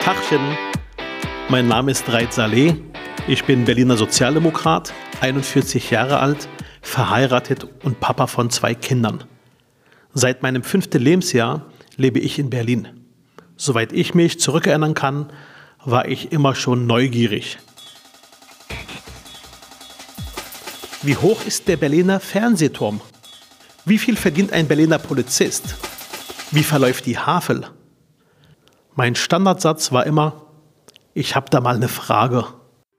Tachchen, mein Name ist Reit Saleh, ich bin Berliner Sozialdemokrat, 41 Jahre alt, verheiratet und Papa von 2 Kindern. Seit meinem 5. Lebensjahr lebe ich in Berlin. Soweit ich mich zurückerinnern kann, war ich immer schon neugierig. Wie hoch ist der Berliner Fernsehturm? Wie viel verdient ein Berliner Polizist? Wie verläuft die Havel? Mein Standardsatz war immer: Ich habe da mal eine Frage.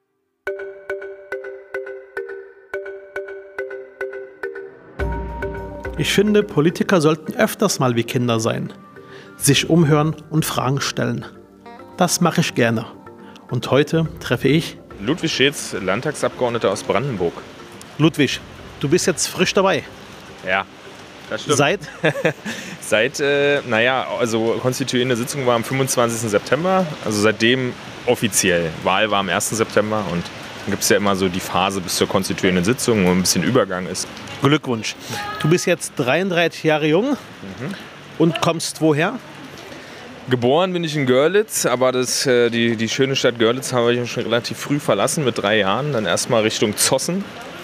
Ich finde, Politiker sollten öfters mal wie Kinder sein, sich umhören und Fragen stellen. Das mache ich gerne. Und heute treffe ich Ludwig Scheetz, Landtagsabgeordneter aus Brandenburg. Ludwig, du bist jetzt frisch dabei. Ja, das stimmt. Seit? Also konstituierende Sitzung war am 25. September, also seitdem offiziell. Wahl war am 1. September und dann gibt es ja immer so die Phase bis zur konstituierenden Sitzung, wo ein bisschen Übergang ist. Glückwunsch. Du bist jetzt 33 Jahre jung und kommst woher? Geboren bin ich in Görlitz, aber die schöne Stadt Görlitz habe ich schon relativ früh verlassen, mit 3 Jahren. Dann erstmal Richtung Zossen,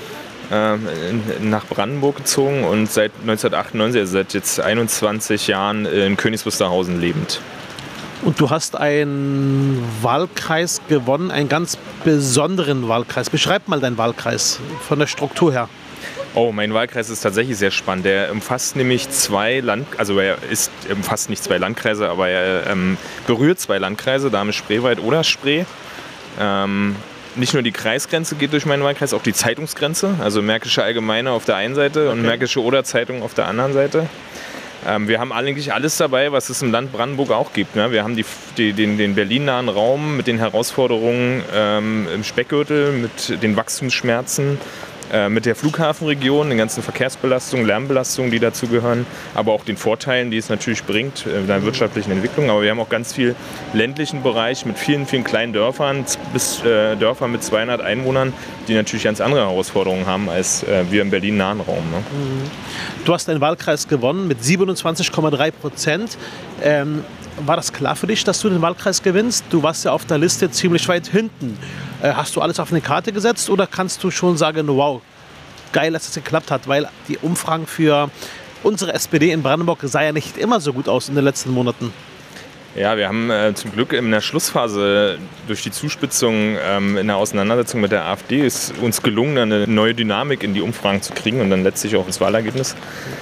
nach Brandenburg gezogen und seit 1998, also seit jetzt 21 Jahren in Königs Wusterhausen lebend. Und du hast einen Wahlkreis gewonnen, einen ganz besonderen Wahlkreis. Beschreib mal deinen Wahlkreis von der Struktur her. Oh, mein Wahlkreis ist tatsächlich sehr spannend. Der umfasst nämlich umfasst nicht 2 Landkreise, aber er berührt 2 Landkreise, Dahme-Spreewald oder Spree. Nicht nur die Kreisgrenze geht durch meinen Wahlkreis, auch die Zeitungsgrenze, also Märkische Allgemeine auf der einen Seite und Märkische Oder-Zeitung auf der anderen Seite. Wir haben eigentlich alles dabei, was es im Land Brandenburg auch gibt. Ne? Wir haben den Berlin-nahen Raum mit den Herausforderungen im Speckgürtel, mit den Wachstumsschmerzen, mit der Flughafenregion, den ganzen Verkehrsbelastungen, Lärmbelastungen, die dazugehören, aber auch den Vorteilen, die es natürlich bringt in der wirtschaftlichen Entwicklung. Aber wir haben auch ganz viel ländlichen Bereich mit vielen, vielen kleinen Dörfern bis Dörfern mit 200 Einwohnern, die natürlich ganz andere Herausforderungen haben als wir im Berlin-nahen Raum. Ne? Du hast deinen Wahlkreis gewonnen mit 27,3%. War das klar für dich, dass du den Wahlkreis gewinnst? Du warst ja auf der Liste ziemlich weit hinten. Hast du alles auf eine Karte gesetzt oder kannst du schon sagen, wow, geil, dass es geklappt hat? Weil die Umfragen für unsere SPD in Brandenburg sah ja nicht immer so gut aus in den letzten Monaten. Ja, wir haben zum Glück in der Schlussphase durch die Zuspitzung in der Auseinandersetzung mit der AfD ist uns gelungen, eine neue Dynamik in die Umfragen zu kriegen und dann letztlich auch das Wahlergebnis.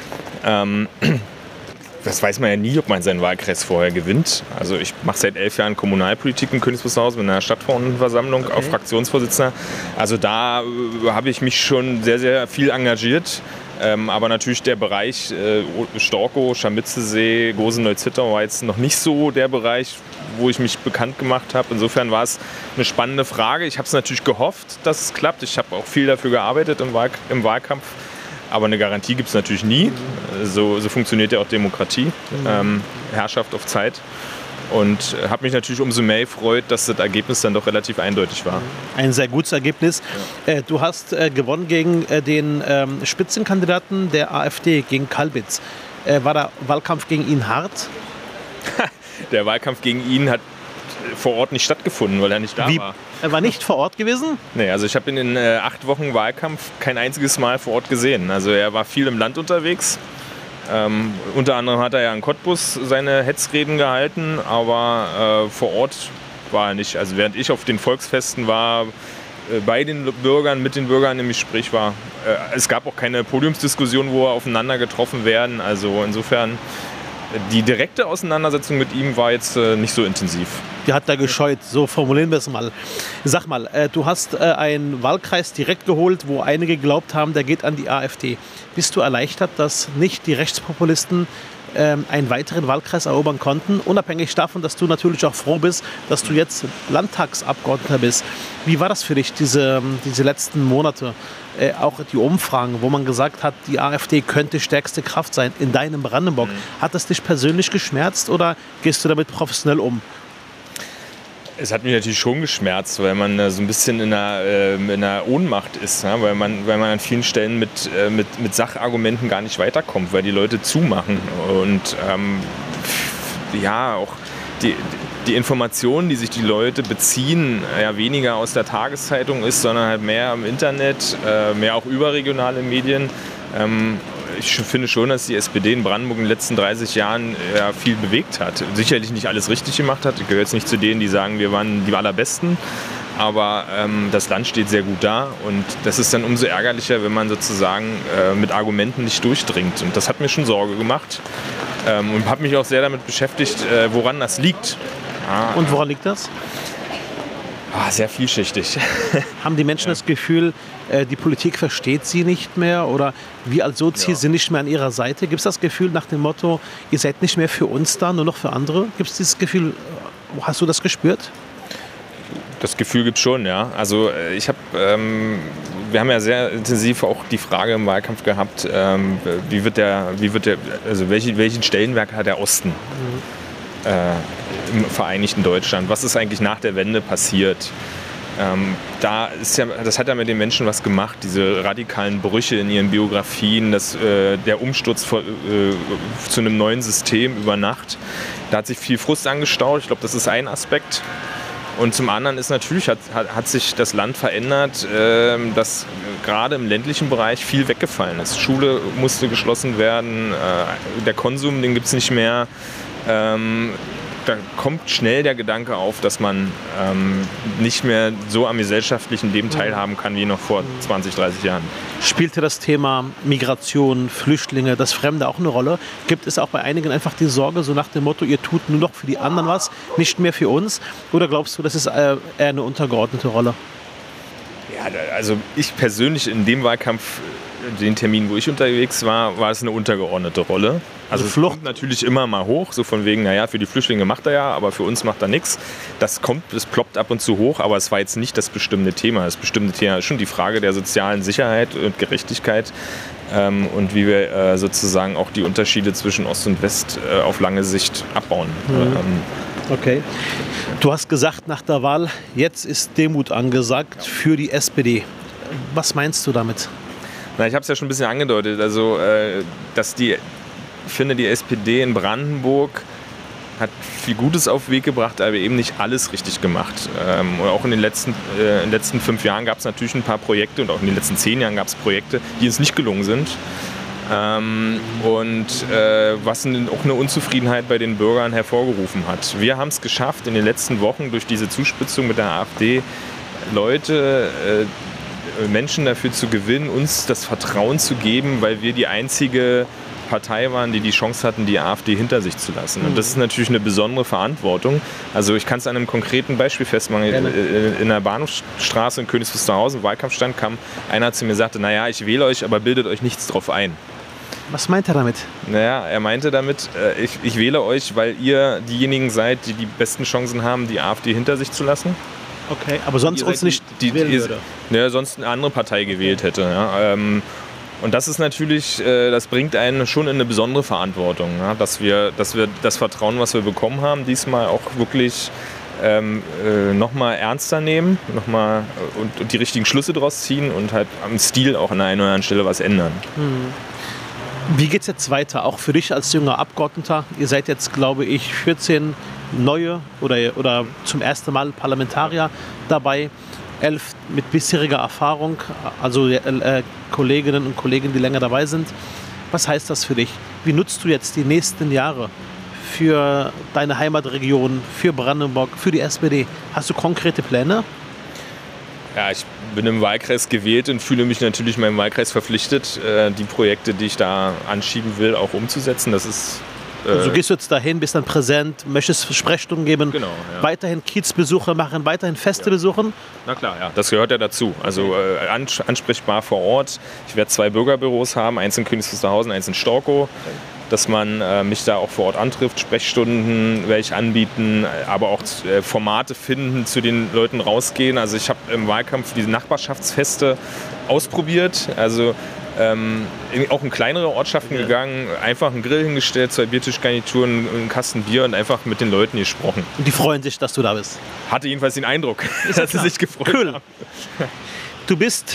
Das weiß man ja nie, ob man seinen Wahlkreis vorher gewinnt. Also ich mache seit 11 Jahren Kommunalpolitik in Königs Wusterhausen mit einer Stadtverordnetenversammlung, auch Fraktionsvorsitzender. Also da habe ich mich schon sehr, sehr viel engagiert. Aber natürlich der Bereich Storkow, Scharmützelsee, Gosen-Neuzittau war jetzt noch nicht so der Bereich, wo ich mich bekannt gemacht habe. Insofern war es eine spannende Frage. Ich habe es natürlich gehofft, dass es klappt. Ich habe auch viel dafür gearbeitet im Wahlkampf. Aber eine Garantie gibt es natürlich nie. So funktioniert ja auch Demokratie, Herrschaft auf Zeit. Und habe mich natürlich umso mehr gefreut, dass das Ergebnis dann doch relativ eindeutig war. Ein sehr gutes Ergebnis. Du hast gewonnen gegen den Spitzenkandidaten der AfD, gegen Kalbitz. War der Wahlkampf gegen ihn hart? Der Wahlkampf gegen ihn hat vor Ort nicht stattgefunden, weil er nicht da war. Er war nicht vor Ort gewesen? Nee, also ich habe ihn in 8 Wochen Wahlkampf kein einziges Mal vor Ort gesehen. Also er war viel im Land unterwegs. Unter anderem hat er ja in Cottbus seine Hetzreden gehalten, aber vor Ort war er nicht. Also während ich auf den Volksfesten war, bei den Bürgern, mit den Bürgern im Gespräch war. Es gab auch keine Podiumsdiskussion, wo wir aufeinander getroffen werden. Also insofern, die direkte Auseinandersetzung mit ihm war jetzt nicht so intensiv. Die hat er gescheut, so formulieren wir es mal. Sag mal, du hast einen Wahlkreis direkt geholt, wo einige geglaubt haben, der geht an die AfD. Bist du erleichtert, dass nicht die Rechtspopulisten einen weiteren Wahlkreis erobern konnten, unabhängig davon, dass du natürlich auch froh bist, dass du jetzt Landtagsabgeordneter bist? Wie war das für dich, diese letzten Monate? Auch die Umfragen, wo man gesagt hat, die AfD könnte stärkste Kraft sein in deinem Brandenburg. Hat das dich persönlich geschmerzt oder gehst du damit professionell um? Es hat mich natürlich schon geschmerzt, weil man so ein bisschen in einer Ohnmacht ist, ne? weil man an vielen Stellen mit Sachargumenten gar nicht weiterkommt, weil die Leute zumachen. Und ja, auch die Information, die sich die Leute beziehen, ja weniger aus der Tageszeitung ist, sondern halt mehr im Internet, mehr auch überregionale Medien. Ich finde schon, dass die SPD in Brandenburg in den letzten 30 Jahren ja, viel bewegt hat. Sicherlich nicht alles richtig gemacht hat. Ich gehöre jetzt nicht zu denen, die sagen, wir waren die Allerbesten. Aber das Land steht sehr gut da. Und das ist dann umso ärgerlicher, wenn man sozusagen mit Argumenten nicht durchdringt. Und das hat mir schon Sorge gemacht. Und habe mich auch sehr damit beschäftigt, woran das liegt. Und woran liegt das? Sehr vielschichtig. Haben die Menschen das Gefühl, die Politik versteht sie nicht mehr oder wir als Sozis sind nicht mehr an ihrer Seite? Gibt es das Gefühl nach dem Motto, ihr seid nicht mehr für uns da, nur noch für andere? Gibt es dieses Gefühl, hast du das gespürt? Das Gefühl gibt es schon, ja. Also wir haben ja sehr intensiv auch die Frage im Wahlkampf gehabt, welchen Stellenwert hat der Osten im Vereinigten Deutschland? Was ist eigentlich nach der Wende passiert? Das hat ja mit den Menschen was gemacht, diese radikalen Brüche in ihren Biografien, der Umsturz zu einem neuen System über Nacht. Da hat sich viel Frust angestaut. Ich glaube, das ist ein Aspekt. Und zum anderen ist natürlich, hat sich das Land verändert, dass gerade im ländlichen Bereich viel weggefallen ist. Schule musste geschlossen werden, der Konsum, den gibt es nicht mehr. Da kommt schnell der Gedanke auf, dass man nicht mehr so am gesellschaftlichen Leben teilhaben kann wie noch vor 20, 30 Jahren. Spielte das Thema Migration, Flüchtlinge, das Fremde auch eine Rolle? Gibt es auch bei einigen einfach die Sorge, so nach dem Motto, ihr tut nur noch für die anderen was, nicht mehr für uns? Oder glaubst du, das ist eher eine untergeordnete Rolle? Ja, also ich persönlich in dem Wahlkampf, den Termin, wo ich unterwegs war, war es eine untergeordnete Rolle. Also es kommt natürlich immer mal hoch, so von wegen, naja, für die Flüchtlinge macht er ja, aber für uns macht er nichts. Das ploppt ab und zu hoch, aber es war jetzt nicht das bestimmte Thema. Das bestimmte Thema ist schon die Frage der sozialen Sicherheit und Gerechtigkeit und wie wir sozusagen auch die Unterschiede zwischen Ost und West auf lange Sicht abbauen. Okay. Du hast gesagt nach der Wahl, jetzt ist Demut angesagt für die SPD. Was meinst du damit? Na, ich habe es ja schon ein bisschen angedeutet. Also, ich finde, die SPD in Brandenburg hat viel Gutes auf den Weg gebracht, aber eben nicht alles richtig gemacht. Und auch in den letzten 5 Jahren gab es natürlich ein paar Projekte und auch in den letzten 10 Jahren gab es Projekte, die uns nicht gelungen sind. Was auch eine Unzufriedenheit bei den Bürgern hervorgerufen hat. Wir haben es geschafft, in den letzten Wochen durch diese Zuspitzung mit der AfD Menschen dafür zu gewinnen, uns das Vertrauen zu geben, weil wir die einzige Partei waren, die Chance hatten, die AfD hinter sich zu lassen. Und das ist natürlich eine besondere Verantwortung. Also ich kann es an einem konkreten Beispiel festmachen. In der Bahnhofstraße in Königs Wusterhausen, im Wahlkampfstand, kam einer zu mir und sagte, naja, ich wähle euch, aber bildet euch nichts drauf ein. Was meint er damit? Naja, er meinte damit, ich wähle euch, weil ihr diejenigen seid, die die besten Chancen haben, die AfD hinter sich zu lassen. Okay, aber sonst uns nicht wählen würde. Ja, sonst eine andere Partei gewählt hätte. Ja. Und das ist natürlich, das bringt einen schon in eine besondere Verantwortung, ja, dass wir das Vertrauen, was wir bekommen haben, diesmal auch wirklich nochmal ernster nehmen und die richtigen Schlüsse daraus ziehen und halt am Stil auch an der einen oder anderen Stelle was ändern. Wie geht es jetzt weiter, auch für dich als junger Abgeordneter? Ihr seid jetzt, glaube ich, 14 neue oder zum ersten Mal Parlamentarier dabei, 11 mit bisheriger Erfahrung, also Kolleginnen und Kollegen, die länger dabei sind. Was heißt das für dich? Wie nutzt du jetzt die nächsten Jahre für deine Heimatregion, für Brandenburg, für die SPD? Hast du konkrete Pläne? Ja, ich bin im Wahlkreis gewählt und fühle mich natürlich meinem Wahlkreis verpflichtet, die Projekte, die ich da anschieben will, auch umzusetzen. Das ist also gehst du jetzt dahin, bist dann präsent, möchtest Sprechstunden geben, genau, ja. Weiterhin Kiezbesuche machen, weiterhin Feste besuchen? Na klar, ja, das gehört ja dazu. Also ansprechbar vor Ort. Ich werde 2 Bürgerbüros haben, eins in Königs Wusterhausen, eins in Storkow. Dass man mich da auch vor Ort antrifft, Sprechstunden werde ich anbieten, aber auch Formate finden, zu den Leuten rausgehen. Also ich habe im Wahlkampf diese Nachbarschaftsfeste ausprobiert, also auch in kleinere Ortschaften gegangen, einfach einen Grill hingestellt, 2 Biertischgarnituren, einen Kasten Bier und einfach mit den Leuten gesprochen. Und die freuen sich, dass du da bist? Hatte jedenfalls den Eindruck, dass sie sich gefreut haben. Du bist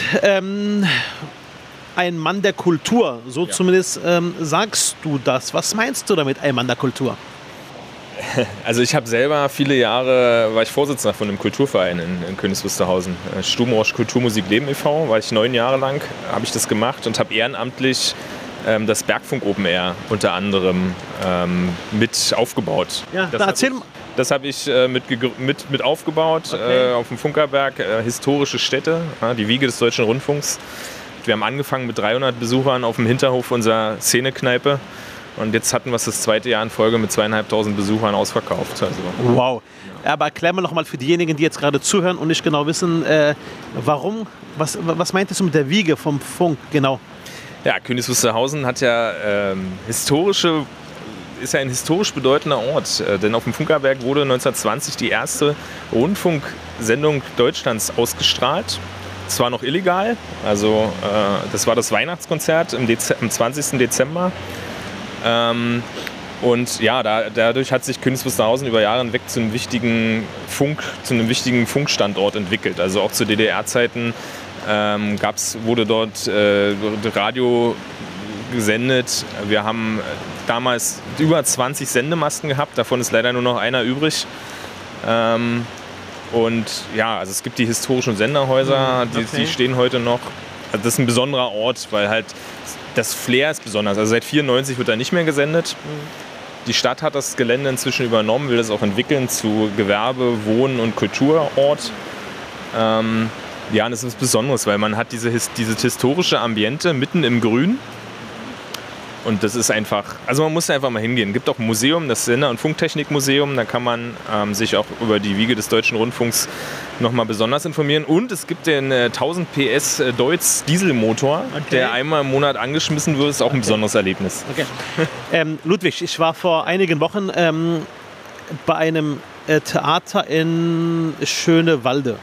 ein Mann der Kultur, so zumindest sagst du das. Was meinst du damit, ein Mann der Kultur? Also ich habe selber viele Jahre, war ich Vorsitzender von einem Kulturverein in Königs Wusterhausen. Stubenrausch Kulturmusik Leben e.V. war ich 9 Jahre lang, habe ich das gemacht und habe ehrenamtlich das Bergfunk Open Air unter anderem mit aufgebaut. Ja, erzähl mal. Das habe ich mit aufgebaut, okay. Auf dem Funkerberg, historische Stätte, die Wiege des Deutschen Rundfunks. Wir haben angefangen mit 300 Besuchern auf dem Hinterhof unserer Szenekneipe und jetzt hatten wir es das 2. Jahr in Folge mit 2.500 Besuchern ausverkauft. Also. Wow. Aber erklär mal noch mal für diejenigen, die jetzt gerade zuhören und nicht genau wissen, warum, was meintest du mit der Wiege vom Funk genau? Ja, Königs Wusterhausen hat ja ist ja ein historisch bedeutender Ort, denn auf dem Funkerberg wurde 1920 die erste Rundfunksendung Deutschlands ausgestrahlt. Zwar noch illegal, also das war das Weihnachtskonzert am 20. Dezember. Und ja, dadurch hat sich Königs Wusterhausen über Jahre hinweg zu einem wichtigen Funkstandort entwickelt. Also auch zu DDR-Zeiten wurde dort Radio gesendet. Wir haben damals über 20 Sendemasten gehabt, davon ist leider nur noch einer übrig. Und ja, also es gibt die historischen Senderhäuser, die stehen heute noch. Also das ist ein besonderer Ort, weil halt das Flair ist besonders. Also seit 1994 wird da nicht mehr gesendet. Die Stadt hat das Gelände inzwischen übernommen, will das auch entwickeln zu Gewerbe-, Wohn- und Kulturort. Ja, und das ist was Besonderes, weil man hat dieses historische Ambiente mitten im Grün. Und das ist einfach, also man muss einfach mal hingehen. Es gibt auch ein Museum, das Sender- und Funktechnikmuseum, da kann man sich auch über die Wiege des Deutschen Rundfunks nochmal besonders informieren. Und es gibt den 1000 PS Deutz Dieselmotor, der einmal im Monat angeschmissen wird, ist auch ein besonderes Erlebnis. Okay. Ludwig, ich war vor einigen Wochen bei einem Theater in Schönewalde.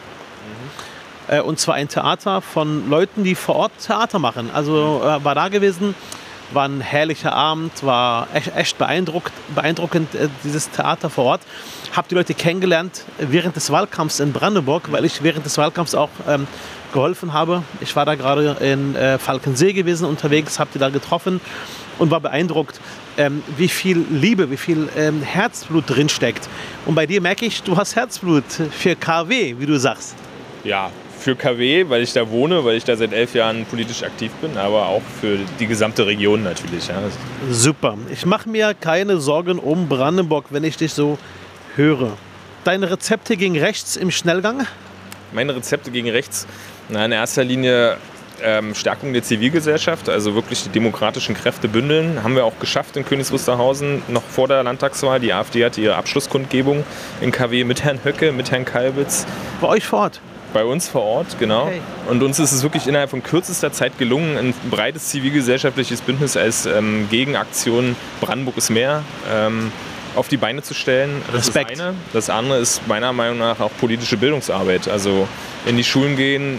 Und zwar ein Theater von Leuten, die vor Ort Theater machen. Also war da gewesen. War ein herrlicher Abend, war echt beeindruckend, dieses Theater vor Ort. Habe die Leute kennengelernt während des Wahlkampfs in Brandenburg, weil ich während des Wahlkampfs auch geholfen habe. Ich war da gerade in Falkensee gewesen unterwegs, habe die da getroffen und war beeindruckt, wie viel Liebe, wie viel Herzblut drin steckt. Und bei dir merke ich, du hast Herzblut für KW, wie du sagst. Ja, für KW, weil ich da wohne, weil ich da seit 11 Jahren politisch aktiv bin, aber auch für die gesamte Region natürlich. Ja. Super. Ich mache mir keine Sorgen um Brandenburg, wenn ich dich so höre. Deine Rezepte gegen rechts im Schnellgang? Meine Rezepte gegen rechts? Na, in erster Linie Stärkung der Zivilgesellschaft, also wirklich die demokratischen Kräfte bündeln. Haben wir auch geschafft in Königs Wusterhausen, noch vor der Landtagswahl. Die AfD hatte ihre Abschlusskundgebung in KW mit Herrn Höcke, mit Herrn Kalbitz. Bei euch vor Ort? Bei uns vor Ort, genau. Okay. Und uns ist es wirklich innerhalb von kürzester Zeit gelungen, ein breites zivilgesellschaftliches Bündnis als Gegenaktion Brandenburg ist mehr auf die Beine zu stellen. Das Respekt. ist das eine. Das andere ist meiner Meinung nach auch politische Bildungsarbeit. Also in die Schulen gehen,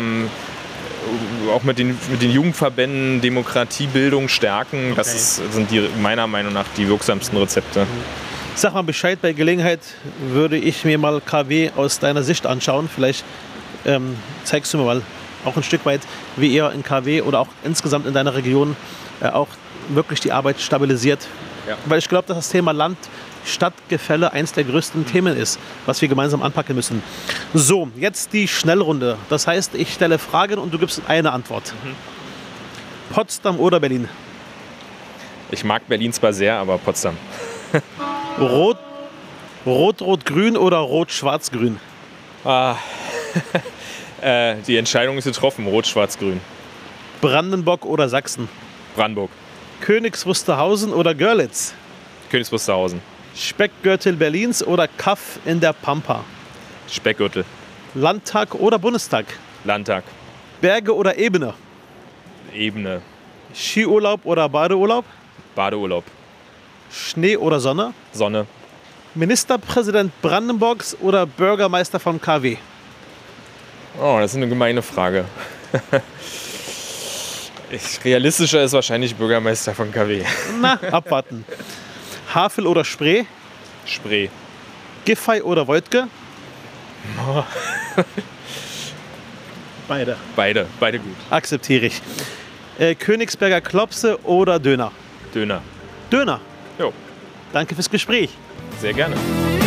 auch mit den Jugendverbänden Demokratiebildung stärken. Okay. Sind meiner Meinung nach die wirksamsten Rezepte. Sag mal Bescheid, bei Gelegenheit würde ich mir mal KW aus deiner Sicht anschauen. Vielleicht zeigst du mir mal auch ein Stück weit, wie ihr in KW oder auch insgesamt in deiner Region auch wirklich die Arbeit stabilisiert. Ja. Weil ich glaube, dass das Thema Land-Stadt-Gefälle eines der größten Themen ist, was wir gemeinsam anpacken müssen. So, jetzt die Schnellrunde. Das heißt, ich stelle Fragen und du gibst eine Antwort. Potsdam oder Berlin? Ich mag Berlin zwar sehr, aber Potsdam. Rot-Rot-Grün oder Rot-Schwarz-Grün? Die Entscheidung ist getroffen, Rot-Schwarz-Grün. Brandenburg oder Sachsen? Brandenburg. Königs Wusterhausen oder Görlitz? Königs Wusterhausen. Speckgürtel Berlins oder Kaff in der Pampa? Speckgürtel. Landtag oder Bundestag? Landtag. Berge oder Ebene? Ebene. Skiurlaub oder Badeurlaub? Badeurlaub. Schnee oder Sonne? Sonne. Ministerpräsident Brandenburgs oder Bürgermeister von KW? Oh, das ist eine gemeine Frage. Realistischer ist wahrscheinlich Bürgermeister von KW. Na, abwarten. Havel oder Spree? Spree. Giffey oder Wojtke? Oh. Beide gut. Akzeptiere ich. Königsberger Klopse oder Döner? Döner. Döner? Jo. Danke fürs Gespräch. Sehr gerne.